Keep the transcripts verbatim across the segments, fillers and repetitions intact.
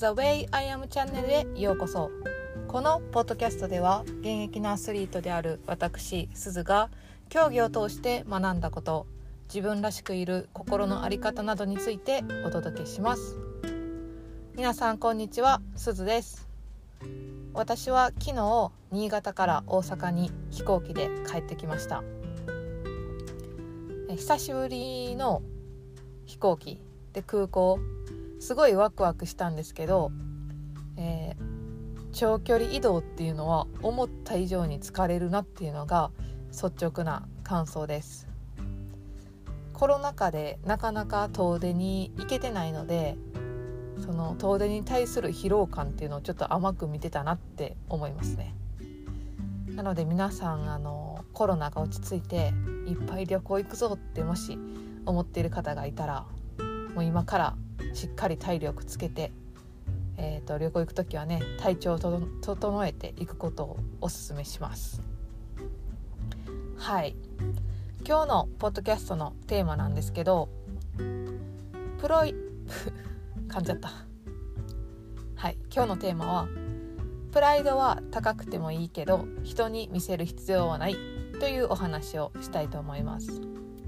The Way I Am チャンネルへようこそ。このポッドキャストでは現役のアスリートである私すずが競技を通して学んだこと、自分らしくいる心の在り方などについてお届けします。皆さんこんにちは、すずです。私は昨日新潟から大阪に飛行機で帰ってきました。え久しぶりの飛行機で空港、すごいワクワクしたんですけど、えー、長距離移動っていうのは思った以上に疲れるなっていうのが率直な感想です。コロナ禍でなかなか遠出に行けてないので、その遠出に対する疲労感っていうのをちょっと甘く見てたなって思いますね。なので皆さんあのコロナが落ち着いていっぱい旅行行くぞってもし思っている方がいたら、もう今からしっかり体力つけて、えーと、旅行行くときはね、体調をと整えていくことをお勧めします。はい、今日のポッドキャストのテーマなんですけど、プロイ噛んじゃったはい、今日のテーマはプライドは高くてもいいけど人に見せる必要はないというお話をしたいと思います。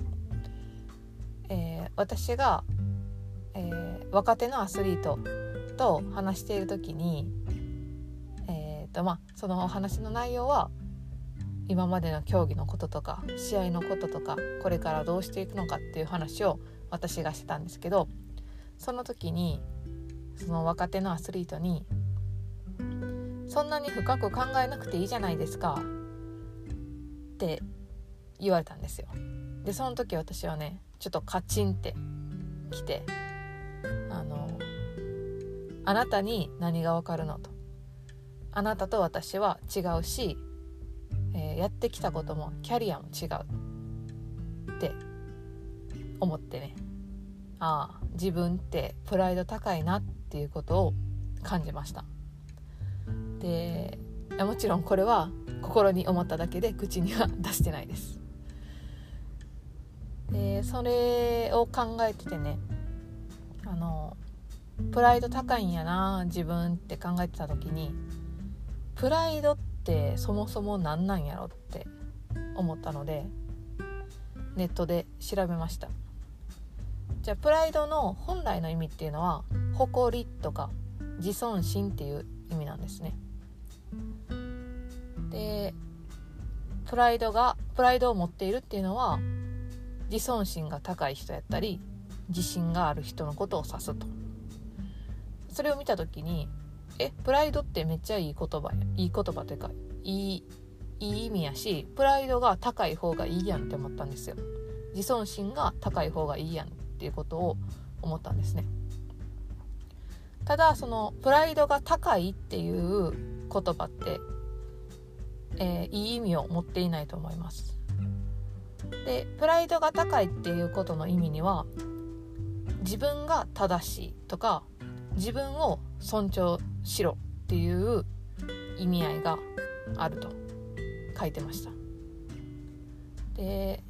えー、私がえー、若手のアスリートと話しているときに、えーとまあ、そのお話の内容は今までの競技のこととか試合のこととかこれからどうしていくのかっていう話を私がしてたんですけど、その時にその若手のアスリートにそんなに深く考えなくていいじゃないですかって言われたんですよ。でその時私はね、ちょっとカチンってきて、あのあなたに何がわかるのと、あなたと私は違うし、えー、やってきたこともキャリアも違うって思ってね、ああ自分ってプライド高いなっていうことを感じました。でもちろんこれは心に思っただけで口には出してないです。でそれを考えててね、あのプライド高いんやな自分って考えてた時に、プライドってそもそも何なんやろって思ったのでネットで調べました。じゃあプライドの本来の意味っていうのは誇りとか自尊心っていう意味なんですね。でプライドがプライドを持っているっていうのは自尊心が高い人やったり自信がある人のことを指すと。それを見たときに、えプライドってめっちゃいい言葉やいい言葉というかいいいい意味やし、プライドが高い方がいいやんって思ったんですよ。自尊心が高い方がいいやんっていうことを思ったんですね。ただそのプライドが高いっていう言葉って、えー、いい意味を持っていないと思います。でプライドが高いっていうことの意味には、自分が正しいとか自分を尊重しろっていう意味合いがあると書いてました。で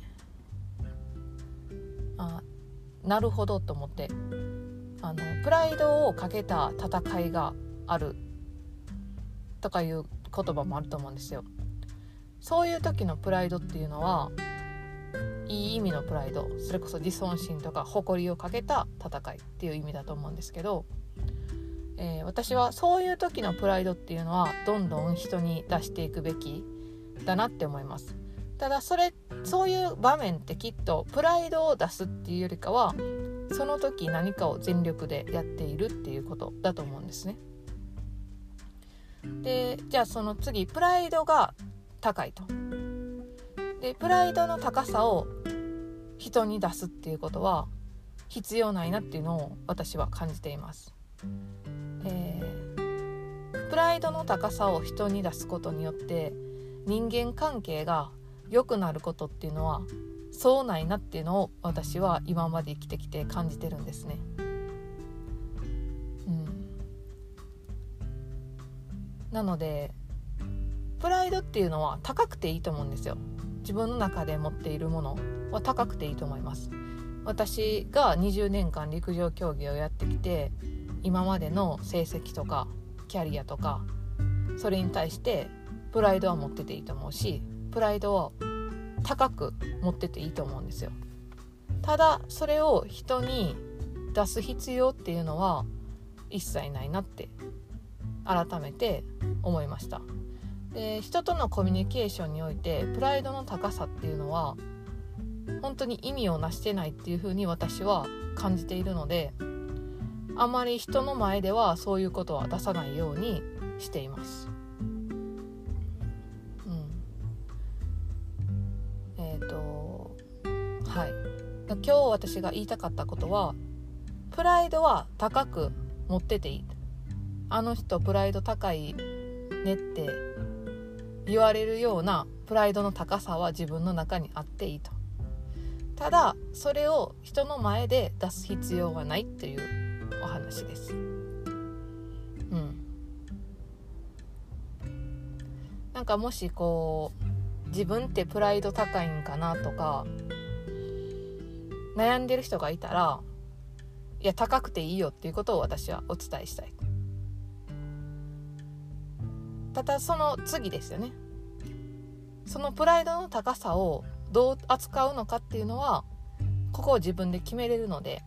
あなるほどと思って、あのプライドをかけた戦いがあるとかいう言葉もあると思うんですよ。そういう時のプライドっていうのはいい意味のプライド、それこそ自尊心とか誇りをかけた戦いっていう意味だと思うんですけど、えー、私はそういう時のプライドっていうのはどんどん人に出していくべきだなって思います。ただそれそういう場面ってきっとプライドを出すっていうよりかは、その時何かを全力でやっているっていうことだと思うんですね。でじゃあその次、プライドが高いと。でプライドの高さを人に出すっていうことは必要ないなっていうのを私は感じています。えー、プライドの高さを人に出すことによって人間関係が良くなることっていうのはそうないなっていうのを私は今まで生きてきて感じてるんですね。うん、なのでプライドっていうのは高くていいと思うんですよ。自分の中で持っているものは高くていいと思います。私がにじゅうねんかん陸上競技をやってきて、 今までの成績とかキャリアとか、それに対してプライドは持ってていいと思うし、プライドは高く持ってていいと思うんですよ。ただそれを人に出す必要っていうのは一切ないなって改めて思いました。で、人とのコミュニケーションにおいてプライドの高さっていうのは本当に意味をなしてないっていうふうに私は感じているので、あまり人の前ではそういうことは出さないようにしています。うん、えっとはい今日私が言いたかったことは、プライドは高く持ってていい。あの人プライド高いねって言われるようなプライドの高さは自分の中にあっていいと。ただそれを人の前で出す必要はないっていうお話です。うん。なんかもしこう自分ってプライド高いんかなとか悩んでる人がいたら、いや高くていいよっていうことを私はお伝えしたい。ただその次ですよね。そのプライドの高さをどう扱うのかっていうのはここを自分で決めれるので、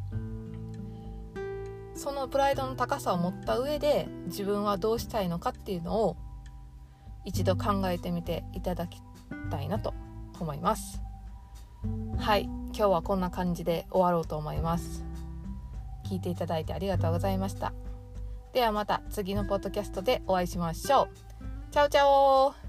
そのプライドの高さを持った上で自分はどうしたいのかっていうのを一度考えてみていただきたいなと思います。はい、今日はこんな感じで終わろうと思います。聞いていただいてありがとうございました。ではまた次のポッドキャストでお会いしましょう。チャオチャオ。